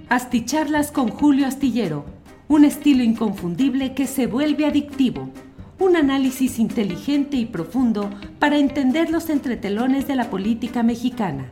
Asticharlas con Julio Astillero, un estilo inconfundible que se vuelve adictivo. Un análisis inteligente y profundo para entender los entretelones de la política mexicana.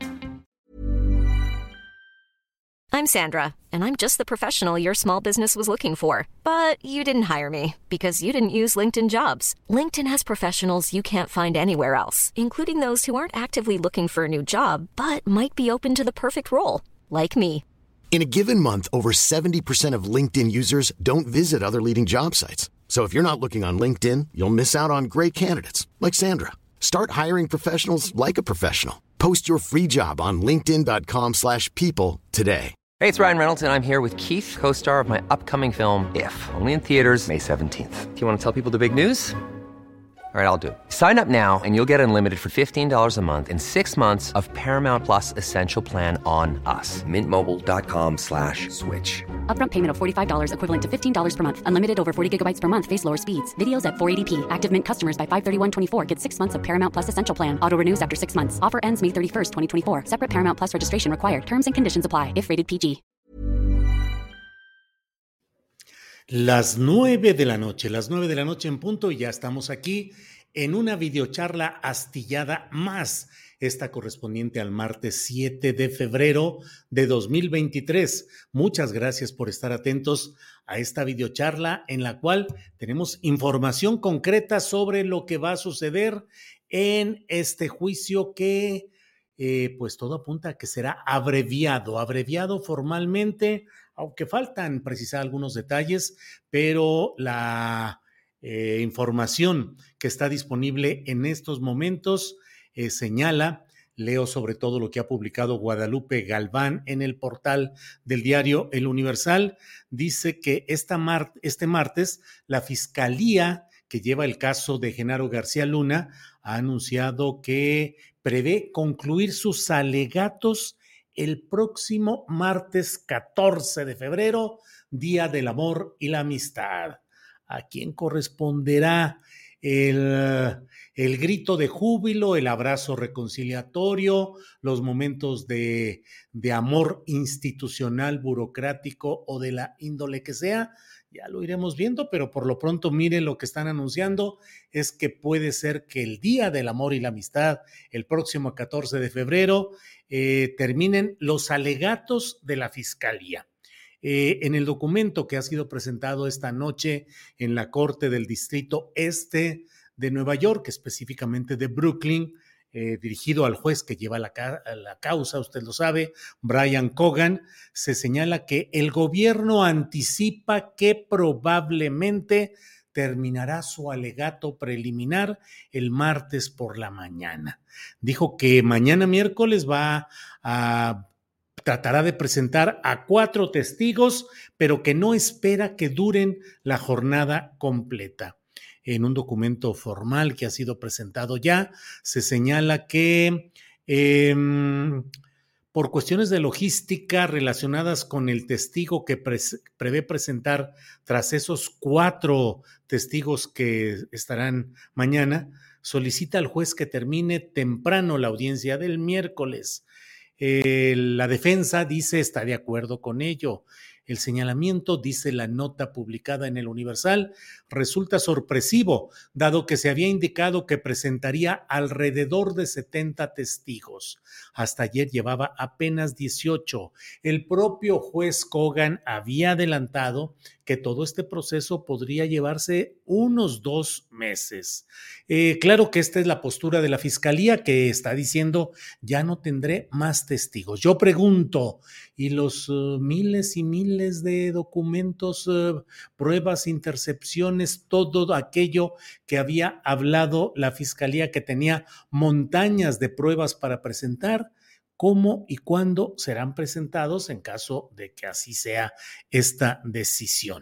I'm Sandra, and I'm just the professional your small business was looking for. But you didn't hire me because you didn't use LinkedIn Jobs. LinkedIn has professionals you can't find anywhere else, including those who aren't actively looking for a new job, but might be open to the perfect role, like me. In a given month, over 70% of LinkedIn users don't visit other leading job sites. So if you're not looking on LinkedIn, you'll miss out on great candidates like Sandra. Start hiring professionals like a professional. Post your free job on linkedin.com/people today. Hey, it's Ryan Reynolds, and I'm here with Keith, co-star of my upcoming film, If, only in theaters May 17th. Do you want to tell people the big news? All right, I'll do it. Sign up now and you'll get unlimited for $15 a month and 6 months of Paramount Plus Essential Plan on us. MintMobile.com/switch. Upfront payment of $45 equivalent to $15 per month. Unlimited over 40 gigabytes per month. Face lower speeds. Videos at 480p. Active Mint customers by 531.24 get 6 months of Paramount Plus Essential Plan. Auto renews after 6 months. Offer ends May 31st, 2024. Separate Paramount Plus registration required. Terms and conditions apply if rated PG. Las 9 de la noche en punto, y ya estamos aquí en una videocharla astillada más, esta correspondiente al martes 7 de febrero de 2023. Muchas gracias por estar atentos a esta videocharla en la cual tenemos información concreta sobre lo que va a suceder en este juicio que pues todo apunta a que será abreviado formalmente, aunque faltan precisar algunos detalles, pero la información que está disponible en estos momentos señala, leo sobre todo lo que ha publicado Guadalupe Galván en el portal del diario El Universal, dice que este martes la Fiscalía que lleva el caso de Genaro García Luna ha anunciado que prevé concluir sus alegatos el próximo martes 14 de febrero, Día del Amor y la Amistad. ¿A quién corresponderá el grito de júbilo, el abrazo reconciliatorio, los momentos de amor institucional, burocrático o de la índole que sea? Ya lo iremos viendo, pero por lo pronto miren lo que están anunciando, es que puede ser que el Día del Amor y la Amistad, el próximo 14 de febrero, terminen los alegatos de la Fiscalía. En el documento que ha sido presentado esta noche en la Corte del Distrito Este de Nueva York, específicamente de Brooklyn, dirigido al juez que lleva la causa, usted lo sabe, Brian Cogan, se señala que el gobierno anticipa que probablemente terminará su alegato preliminar el martes por la mañana. Dijo que mañana miércoles tratará de presentar a 4 testigos, pero que no espera que duren la jornada completa. En un documento formal que ha sido presentado ya, se señala que por cuestiones de logística relacionadas con el testigo que prevé presentar tras esos 4 testigos que estarán mañana, solicita al juez que termine temprano la audiencia del miércoles. La defensa dice está de acuerdo con ello. El señalamiento, dice la nota publicada en El Universal, resulta sorpresivo, dado que se había indicado que presentaría alrededor de 70 testigos. Hasta ayer llevaba apenas 18. El propio juez Cogan había adelantado que todo este proceso podría llevarse unos 2 meses. Claro que esta es la postura de la Fiscalía, que está diciendo ya no tendré más testigos. Yo pregunto, ¿y los miles y miles de documentos, pruebas, intercepciones, todo aquello que había hablado la Fiscalía, que tenía montañas de pruebas para presentar? ¿Cómo y cuándo serán presentados en caso de que así sea esta decisión?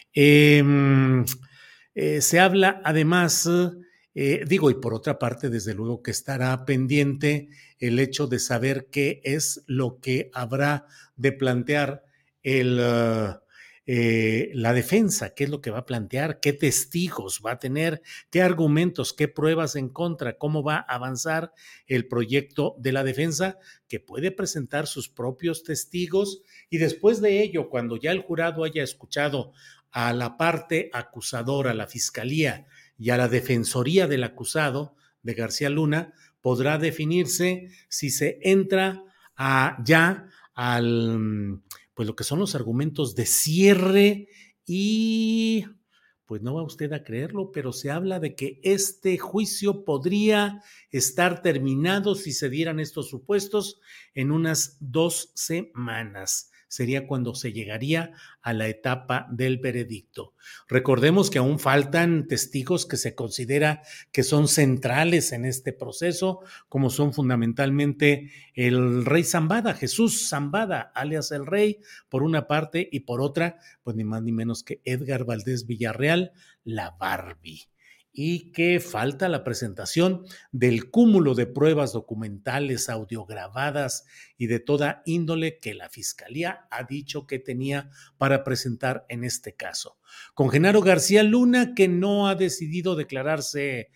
Se habla además, y por otra parte, desde luego que estará pendiente el hecho de saber qué es lo que habrá de plantear la defensa, qué es lo que va a plantear, qué testigos va a tener, qué argumentos, qué pruebas en contra, cómo va a avanzar el proyecto de la defensa, que puede presentar sus propios testigos y después de ello, cuando ya el jurado haya escuchado a la parte acusadora, a la fiscalía y a la defensoría del acusado de García Luna, podrá definirse si se entra ya al, pues lo que son los argumentos de cierre y pues no va usted a creerlo, pero se habla de que este juicio podría estar terminado si se dieran estos supuestos en unas 2 semanas. Sería cuando se llegaría a la etapa del veredicto. Recordemos que aún faltan testigos que se considera que son centrales en este proceso, como son fundamentalmente el rey Zambada, Jesús Zambada, alias el Rey, por una parte, y por otra, pues ni más ni menos que Edgar Valdés Villarreal, la Barbie. Y que falta la presentación del cúmulo de pruebas documentales, audiograbadas y de toda índole que la Fiscalía ha dicho que tenía para presentar en este caso. Con Genaro García Luna, que no ha decidido declararse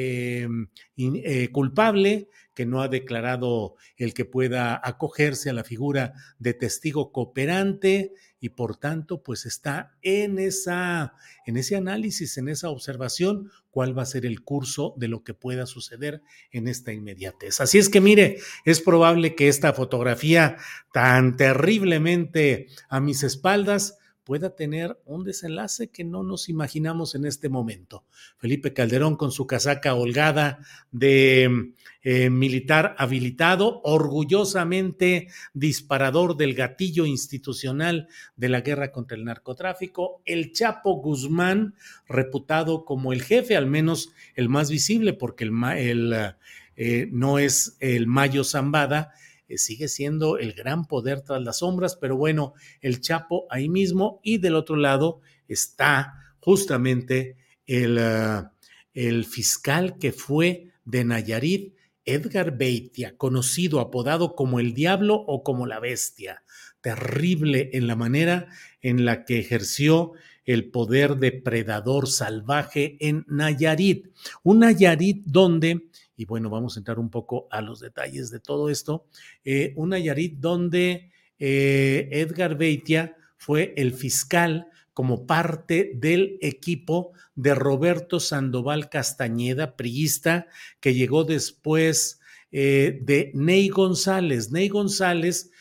culpable, que no ha declarado el que pueda acogerse a la figura de testigo cooperante y por tanto pues está en ese análisis, en esa observación, cuál va a ser el curso de lo que pueda suceder en esta inmediatez. Así es que mire, es probable que esta fotografía tan terriblemente a mis espaldas pueda tener un desenlace que no nos imaginamos en este momento. Felipe Calderón con su casaca holgada de militar habilitado, orgullosamente disparador del gatillo institucional de la guerra contra el narcotráfico, el Chapo Guzmán, reputado como el jefe, al menos el más visible, porque no es el Mayo Zambada, sigue siendo el gran poder tras las sombras, pero bueno, el Chapo ahí mismo, y del otro lado está justamente el fiscal que fue de Nayarit, Edgar Beitia, conocido, apodado como el Diablo o como la Bestia. Terrible en la manera en la que ejerció el poder depredador salvaje en Nayarit. Un Nayarit donde, y bueno, vamos a entrar un poco a los detalles de todo esto, un Nayarit donde Edgar Beitia fue el fiscal como parte del equipo de Roberto Sandoval Castañeda, priista, que llegó después de Ney González. Ney González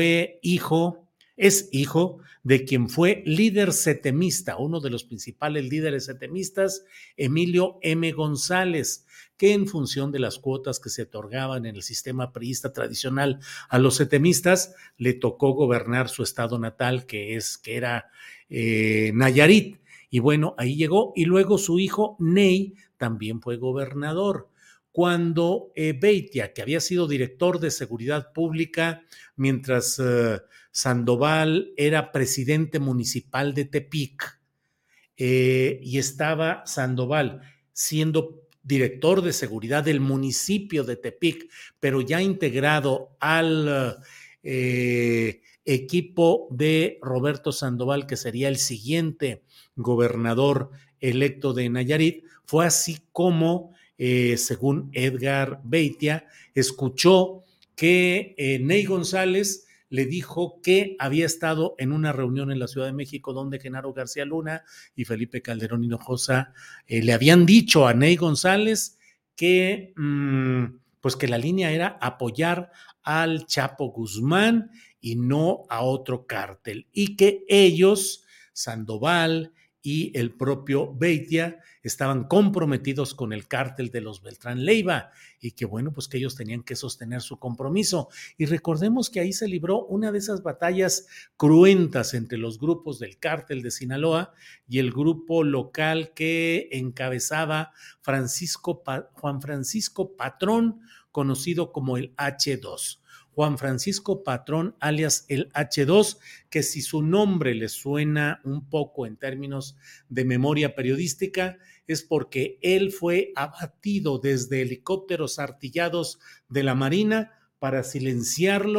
es hijo de quien fue líder setemista, uno de los principales líderes setemistas, Emilio M. González, que en función de las cuotas que se otorgaban en el sistema priista tradicional a los setemistas, le tocó gobernar su estado natal, que era Nayarit. Y bueno, ahí llegó, y luego su hijo Ney también fue gobernador. Cuando Beitia, que había sido director de Seguridad Pública mientras Sandoval era presidente municipal de Tepic, y estaba Sandoval siendo director de seguridad del municipio de Tepic, pero ya integrado al equipo de Roberto Sandoval, que sería el siguiente gobernador electo de Nayarit, fue así como, según Edgar Beitia, escuchó que Ney González le dijo que había estado en una reunión en la Ciudad de México donde Genaro García Luna y Felipe Calderón Hinojosa le habían dicho a Ney González que, pues que la línea era apoyar al Chapo Guzmán y no a otro cártel, y que ellos, Sandoval y el propio Beitia, estaban comprometidos con el cártel de los Beltrán Leiva y que bueno, pues que ellos tenían que sostener su compromiso. Y recordemos que ahí se libró una de esas batallas cruentas entre los grupos del cártel de Sinaloa y el grupo local que encabezaba Juan Francisco Patrón, conocido como el H2. Juan Francisco Patrón, alias el H2, que si su nombre le suena un poco en términos de memoria periodística, es porque él fue abatido desde helicópteros artillados de la Marina para silenciarlo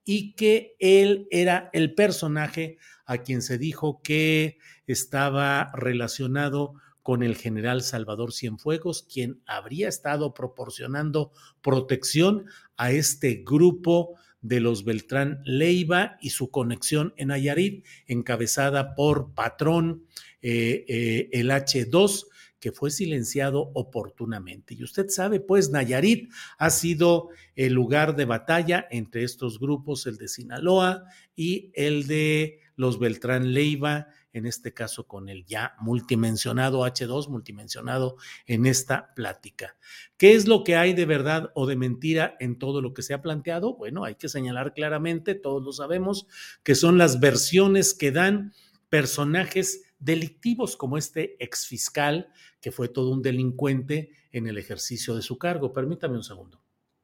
y que él era el personaje a quien se dijo que estaba relacionado con el general Salvador Cienfuegos, quien habría estado proporcionando protección a este grupo de los Beltrán Leiva y su conexión en Nayarit, encabezada por Patrón, el H2, que fue silenciado oportunamente. Y usted sabe, pues, Nayarit ha sido el lugar de batalla entre estos grupos, el de Sinaloa y el de los Beltrán Leiva, en este caso con el ya multimensionado H2, multimensionado en esta plática. ¿Qué es lo que hay de verdad o de mentira en todo lo que se ha planteado? Bueno, hay que señalar claramente, todos lo sabemos, que son las versiones que dan personajes delictivos como este exfiscal, que fue todo un delincuente en el ejercicio de su cargo. Permítame un segundo.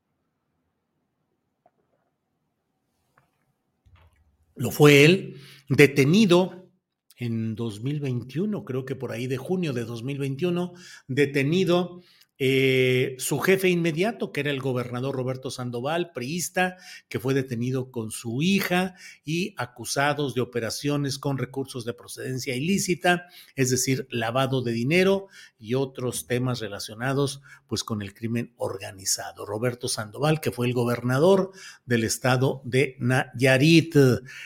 Lo fue él, detenido en 2021, creo que por ahí de junio de 2021, detenido su jefe inmediato, que era el gobernador Roberto Sandoval, priista, que fue detenido con su hija y acusados de operaciones con recursos de procedencia ilícita, es decir, lavado de dinero y otros temas relacionados pues con el crimen organizado. Roberto Sandoval, que fue el gobernador del estado de Nayarit.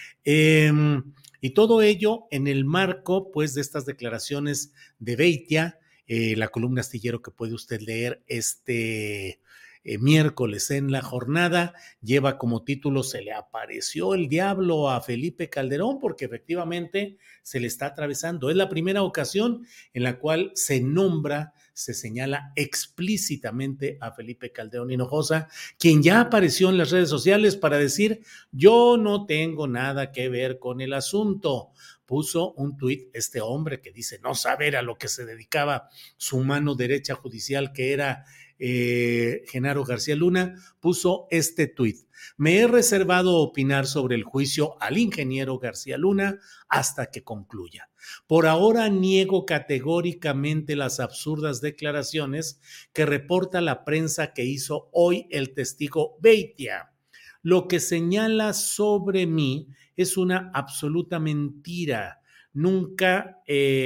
Y todo ello en el marco, pues, de estas declaraciones de Beitia, la columna astillero que puede usted leer este miércoles en la jornada, lleva como título "Se le apareció el diablo a Felipe Calderón", porque efectivamente se le está atravesando. Es la primera ocasión en la cual se nombra, se señala explícitamente a Felipe Calderón Hinojosa, quien ya apareció en las redes sociales para decir: yo no tengo nada que ver con el asunto. Puso un tuit este hombre que dice no saber a lo que se dedicaba su mano derecha judicial, que era Genaro García Luna, puso este tuit: me he reservado opinar sobre el juicio al ingeniero García Luna hasta que concluya. Por ahora niego categóricamente las absurdas declaraciones que reporta la prensa que hizo hoy el testigo Beitia. Lo que señala sobre mí es una absoluta mentira. Nunca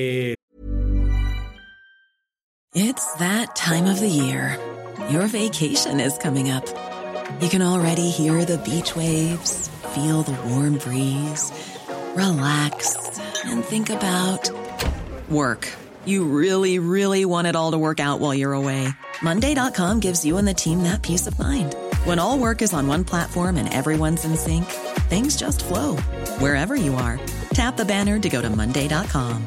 It's that time of the year. Your vacation is coming up. You can already hear the beach waves, feel the warm breeze, relax, and think about work. You really, really want it all to work out while you're away. Monday.com gives you and the team that peace of mind. When all work is on one platform and everyone's in sync, things just flow. Wherever you are, tap the banner to go to Monday.com.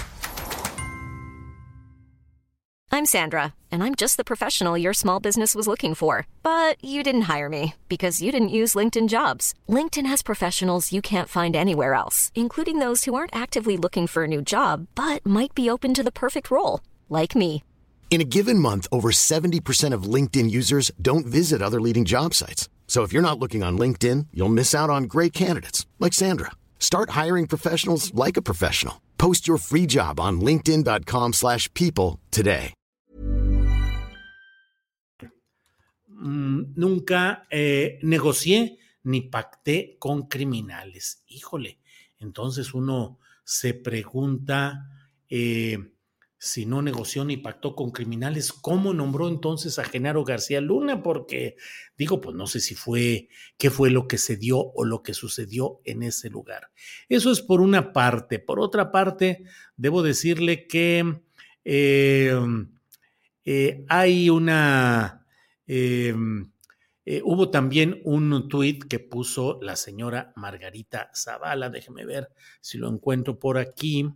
I'm Sandra, and I'm just the professional your small business was looking for. But you didn't hire me because you didn't use LinkedIn Jobs. LinkedIn has professionals you can't find anywhere else, including those who aren't actively looking for a new job, but might be open to the perfect role, like me. In a given month, over 70% of LinkedIn users don't visit other leading job sites. So if you're not looking on LinkedIn, you'll miss out on great candidates like Sandra. Start hiring professionals like a professional. Post your free job on linkedin.com/people today. Nunca negocié ni pacté con criminales. Híjole, entonces uno se pregunta, si no negoció ni pactó con criminales, ¿cómo nombró entonces a Genaro García Luna? Porque digo, pues no sé si fue, qué fue lo que se dio o lo que sucedió en ese lugar. Eso es por una parte. Por otra parte, debo decirle que hay una... hubo también un tuit que puso la señora Margarita Zavala, déjeme ver si lo encuentro por aquí,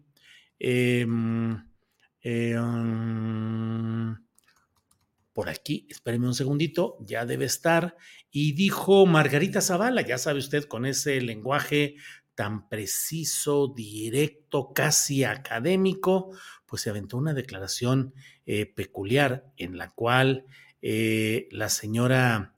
por aquí, espéreme un segundito, ya debe estar, y dijo Margarita Zavala, ya sabe usted, con ese lenguaje tan preciso, directo, casi académico, pues se aventó una declaración peculiar en la cual la señora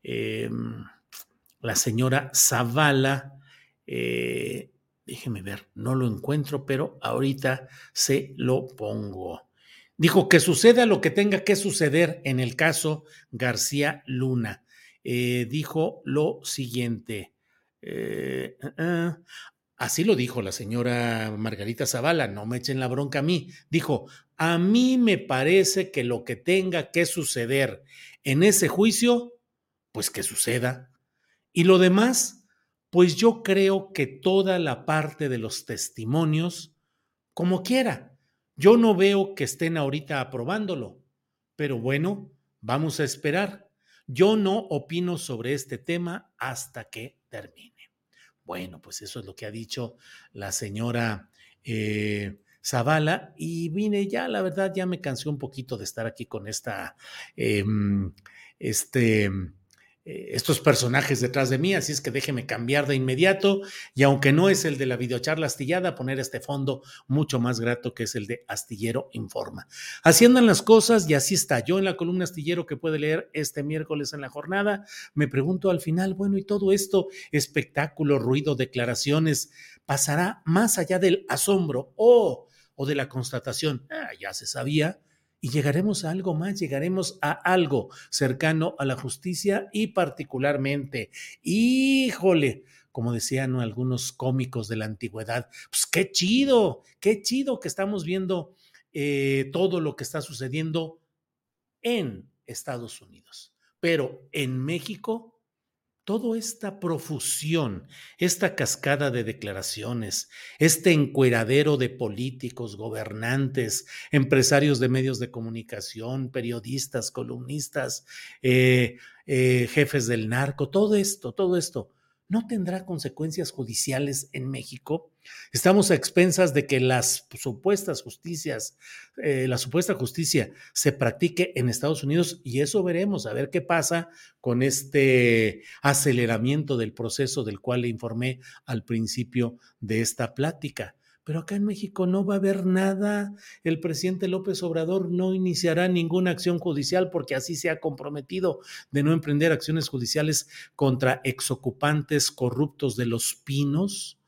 Zavala, déjeme ver, no lo encuentro, pero ahorita se lo pongo. Dijo que suceda lo que tenga que suceder en el caso García Luna. Dijo lo siguiente. Así lo dijo la señora Margarita Zavala, no me echen la bronca a mí. Dijo, a mí me parece que lo que tenga que suceder en ese juicio, pues que suceda. Y lo demás, pues yo creo que toda la parte de los testimonios, como quiera. Yo no veo que estén ahorita aprobándolo, pero bueno, vamos a esperar. Yo no opino sobre este tema hasta que termine. Bueno, pues eso es lo que ha dicho la señora Zavala, y vine ya, la verdad, ya me cansé un poquito de estar aquí con eh, este, estos personajes detrás de mí, así es que déjeme cambiar de inmediato, y aunque no es el de la videocharla astillada, poner este fondo mucho más grato que es el de Astillero Informa. Así andan las cosas y así está. Yo en la columna Astillero que puede leer este miércoles en la jornada, me pregunto al final, bueno, y todo esto, espectáculo, ruido, declaraciones, ¿pasará más allá del asombro o de la constatación? Ya se sabía. Y llegaremos a algo más, llegaremos a algo cercano a la justicia y particularmente, híjole, como decían algunos cómicos de la antigüedad, pues qué chido que estamos viendo todo lo que está sucediendo en Estados Unidos. Pero en México, toda esta profusión, esta cascada de declaraciones, este encueradero de políticos, gobernantes, empresarios de medios de comunicación, periodistas, columnistas, jefes del narco, todo esto, ¿no tendrá consecuencias judiciales en México? Estamos a expensas de que la supuesta justicia se practique en Estados Unidos, y eso veremos, a ver qué pasa con este aceleramiento del proceso del cual le informé al principio de esta plática. Pero acá en México no va a haber nada. El presidente López Obrador no iniciará ninguna acción judicial porque así se ha comprometido de no emprender acciones judiciales contra exocupantes corruptos de Los Pinos.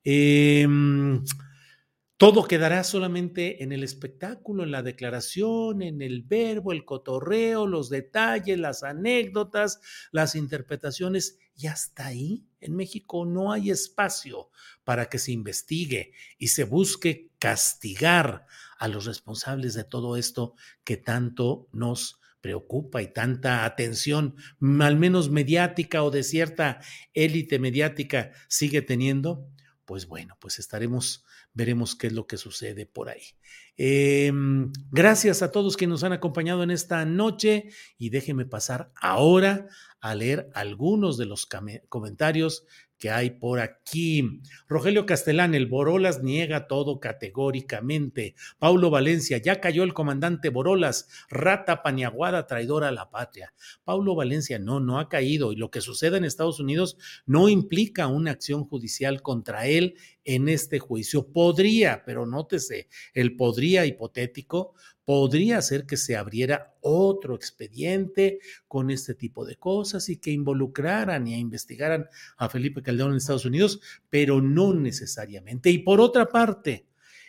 Todo quedará solamente en el espectáculo, en la declaración, en el verbo, el cotorreo, los detalles, las anécdotas, las interpretaciones, y hasta ahí. En México no hay espacio para que se investigue y se busque castigar a los responsables de todo esto que tanto nos preocupa y tanta atención, al menos mediática o de cierta élite mediática, sigue teniendo. Pues bueno, pues veremos qué es lo que sucede por ahí. Gracias a todos quienes nos han acompañado en esta noche, y déjenme pasar ahora a leer algunos de los comentarios que hay por aquí. Rogelio Castelán, el Borolas niega todo categóricamente. Paulo Valencia, ya cayó el comandante Borolas, rata paniaguada, traidora a la patria. Paulo Valencia, no ha caído, y lo que sucede en Estados Unidos no implica una acción judicial contra él en este juicio. Podría, pero nótese, el podría hipotético, podría ser que se abriera otro expediente con este tipo de cosas y que involucraran y investigaran a Felipe Calderón en Estados Unidos, pero no necesariamente. Y por otra parte,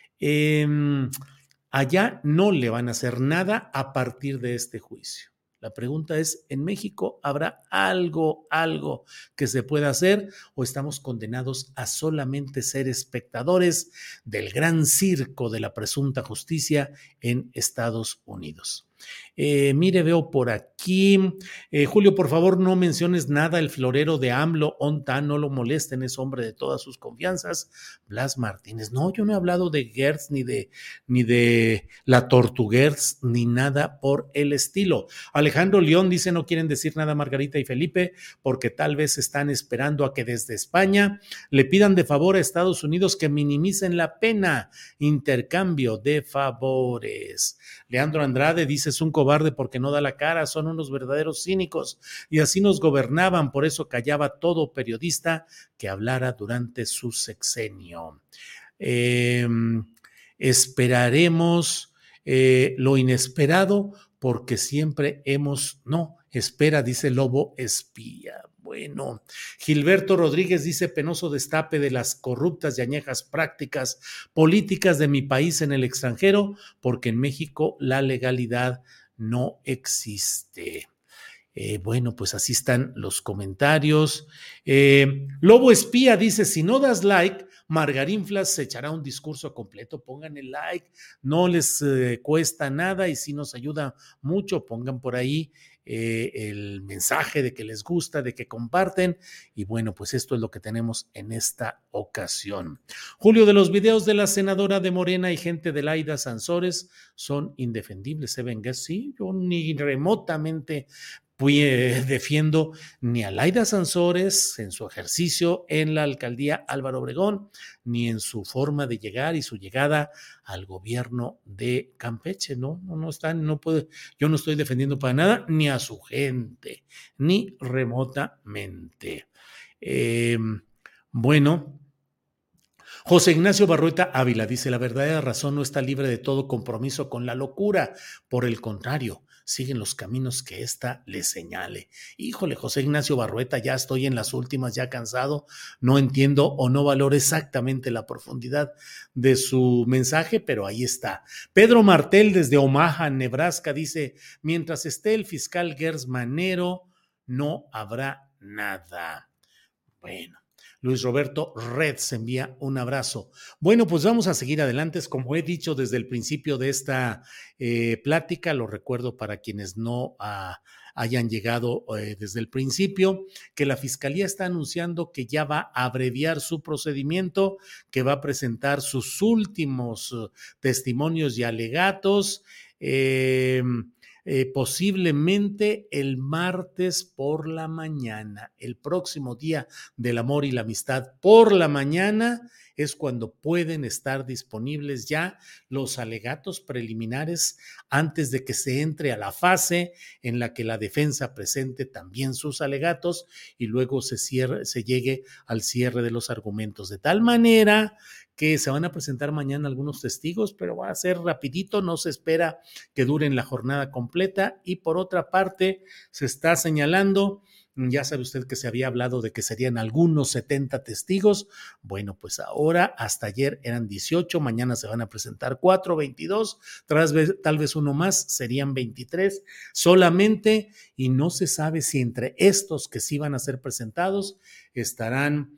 allá no le van a hacer nada a partir de este juicio. La pregunta es, ¿en México habrá algo que se pueda hacer, o estamos condenados a solamente ser espectadores del gran circo de la presunta justicia en Estados Unidos? Mire, veo por aquí, Julio, por favor no menciones nada, el florero de AMLO, ONTA, no lo molesten, es hombre de todas sus confianzas. Blas Martínez, no, yo no he hablado de Gertz, ni de la Tortuguerz, ni nada por el estilo. Alejandro León dice, no quieren decir nada Margarita y Felipe, porque tal vez están esperando a que desde España le pidan de favor a Estados Unidos que minimicen la pena, intercambio de favores. Leandro Andrade dice, es un cobarde porque no da la cara, son unos verdaderos cínicos y así nos gobernaban, por eso callaba todo periodista que hablara durante su sexenio. Esperaremos lo inesperado porque siempre espera, dice Lobo Espía. Bueno, Gilberto Rodríguez dice, penoso destape de las corruptas y añejas prácticas políticas de mi país en el extranjero, porque en México la legalidad no existe. Bueno, pues así están los comentarios. Lobo Espía dice, si no das like, Margarinflas se echará un discurso completo. Pongan el like, no les cuesta nada y sí nos ayuda mucho. Pongan por ahí el mensaje de que les gusta, de que comparten. Y bueno, pues esto es lo que tenemos en esta ocasión. Julio, de los videos de la senadora de Morena y gente de Laida Sansores son indefendibles. Se venga, sí, yo ni remotamente defiendo ni a Laida Sansores en su ejercicio en la alcaldía Álvaro Obregón, ni en su forma de llegar y su llegada al gobierno de Campeche. No están, no puede, yo no estoy defendiendo para nada ni a su gente, ni remotamente. Bueno. José Ignacio Barrueta Ávila dice, la verdadera razón no está libre de todo compromiso con la locura, por el contrario, siguen los caminos que ésta le señale. Híjole, José Ignacio Barrueta, ya estoy en las últimas, ya cansado, no entiendo o no valoro exactamente la profundidad de su mensaje, pero ahí está. Pedro Martel desde Omaha, Nebraska, dice, mientras esté el fiscal Gers Manero, no habrá nada. Bueno. Luis Roberto Reds envía un abrazo. Bueno, pues vamos a seguir adelante. Como he dicho desde el principio de esta plática, lo recuerdo para quienes no hayan llegado desde el principio, que la Fiscalía está anunciando que ya va a abreviar su procedimiento, que va a presentar sus últimos testimonios y alegatos, posiblemente el martes por la mañana, el próximo día del amor y la amistad por la mañana es cuando pueden estar disponibles ya los alegatos preliminares antes de que se entre a la fase en la que la defensa presente también sus alegatos y luego se llegue al cierre de los argumentos, de tal manera que se van a presentar mañana algunos testigos, pero va a ser rapidito, no se espera que duren la jornada completa. Y por otra parte, se está señalando, ya sabe usted que se había hablado de que serían algunos 70 testigos. Bueno, pues ahora, hasta ayer eran 18, mañana se van a presentar 4, 22, tal vez uno más, serían 23 solamente, y no se sabe si entre estos que sí van a ser presentados estarán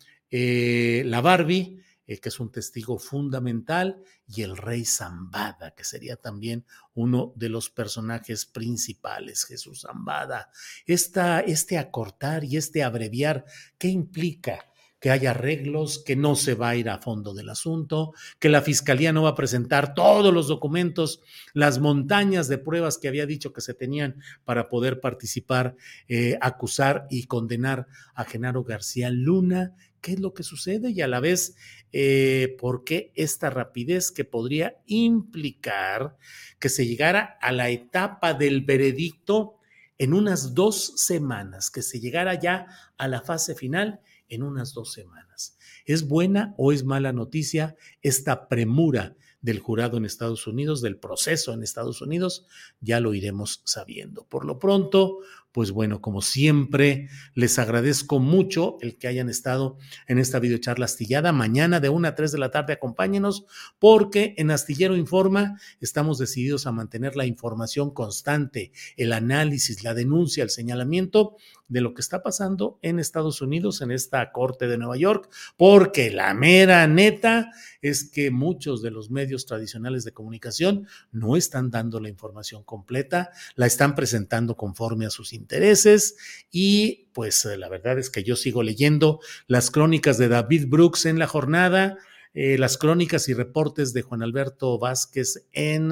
la Barbie, que es un testigo fundamental, y el rey Zambada, que sería también uno de los personajes principales, Jesús Zambada. Este acortar y este abreviar, ¿qué implica? Que haya arreglos, que no se va a ir a fondo del asunto, que la Fiscalía no va a presentar todos los documentos, las montañas de pruebas que había dicho que se tenían para poder participar, acusar y condenar a Genaro García Luna. ¿Qué es lo que sucede? Y a la vez, ¿por qué esta rapidez que podría implicar que se llegara a la etapa del veredicto en unas 2 semanas, que se llegara ya a la fase final en unas 2 semanas? ¿Es buena o es mala noticia esta premura del jurado en Estados Unidos, del proceso en Estados Unidos? Ya lo iremos sabiendo. Por lo pronto, pues bueno, como siempre, les agradezco mucho el que hayan estado en esta videocharla astillada. Mañana de 1 a 3 de la tarde acompáñenos, porque en Astillero Informa estamos decididos a mantener la información constante, el análisis, la denuncia, el señalamiento de lo que está pasando en Estados Unidos, en esta Corte de Nueva York, porque la mera neta es que muchos de los medios tradicionales de comunicación no están dando la información completa, la están presentando conforme a sus intereses, y pues la verdad es que yo sigo leyendo las crónicas de David Brooks en La Jornada, las crónicas y reportes de Juan Alberto Vázquez en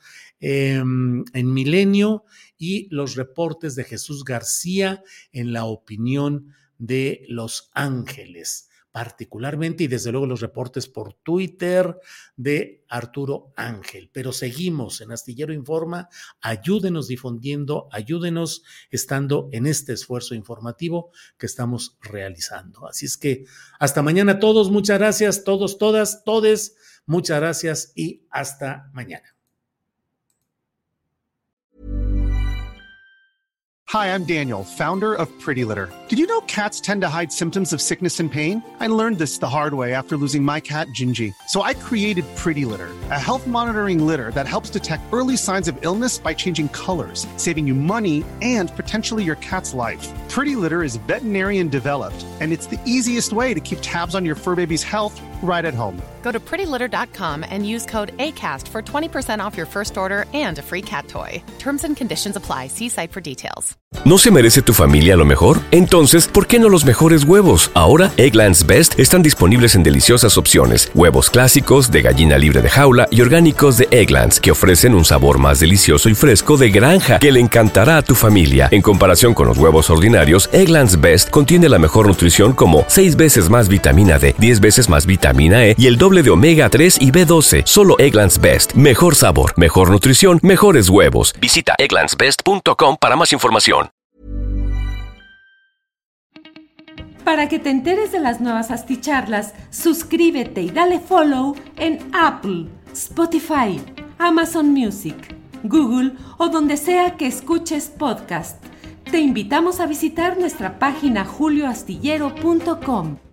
Milenio, y los reportes de Jesús García en La Opinión de Los Ángeles, particularmente, y desde luego los reportes por Twitter de Arturo Ángel. Pero seguimos en Astillero Informa, ayúdenos difundiendo, ayúdenos estando en este esfuerzo informativo que estamos realizando. Así es que hasta mañana todos, muchas gracias, todos, todas, todes, muchas gracias y hasta mañana. Hi, I'm Daniel, founder of Pretty Litter. Did you know cats tend to hide symptoms of sickness and pain? I learned this the hard way after losing my cat, Gingy. So I created Pretty Litter, a health monitoring litter that helps detect early signs of illness by changing colors, saving you money and potentially your cat's life. Pretty Litter is veterinarian developed, and it's the easiest way to keep tabs on your fur baby's health right at home. Go to prettylitter.com and use code ACAST for 20% off your first order and a free cat toy. Terms and conditions apply. See site for details. ¿No se merece tu familia lo mejor? Entonces, ¿por qué no los mejores huevos? Ahora, Eggland's Best están disponibles en deliciosas opciones. Huevos clásicos, de gallina libre de jaula y orgánicos de Eggland's, que ofrecen un sabor más delicioso y fresco de granja que le encantará a tu familia. En comparación con los huevos ordinarios, Eggland's Best contiene la mejor nutrición como 6 veces más vitamina D, 10 veces más vitamina E y el doble de omega 3 y B12. Solo Eggland's Best. Mejor sabor, mejor nutrición, mejores huevos. Visita egglandsbest.com para más información. Para que te enteres de las nuevas asticharlas, suscríbete y dale follow en Apple, Spotify, Amazon Music, Google o donde sea que escuches podcast. Te invitamos a visitar nuestra página julioastillero.com.